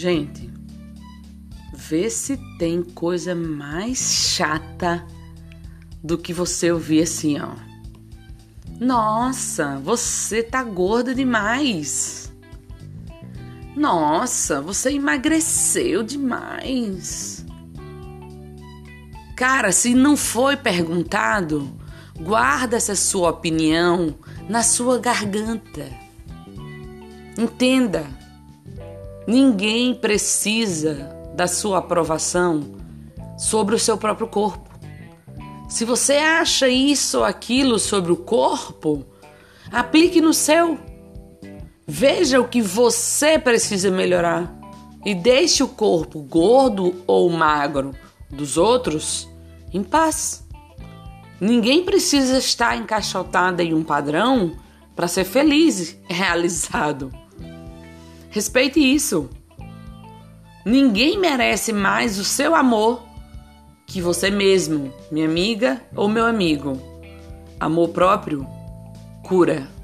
Gente, vê se tem coisa mais chata do que você ouvir assim, ó. Nossa, você tá gorda demais. Nossa, você emagreceu demais. Cara, se não foi perguntado, guarda essa sua opinião na sua garganta. Entenda, ninguém precisa da sua aprovação sobre o seu próprio corpo. Se você acha isso ou aquilo sobre o corpo, aplique no seu. Veja o que você precisa melhorar e deixe o corpo gordo ou magro dos outros em paz. Ninguém precisa estar encaixotada em um padrão para ser feliz e realizado. Respeite isso. Ninguém merece mais o seu amor que você mesmo, minha amiga ou meu amigo. Amor próprio cura.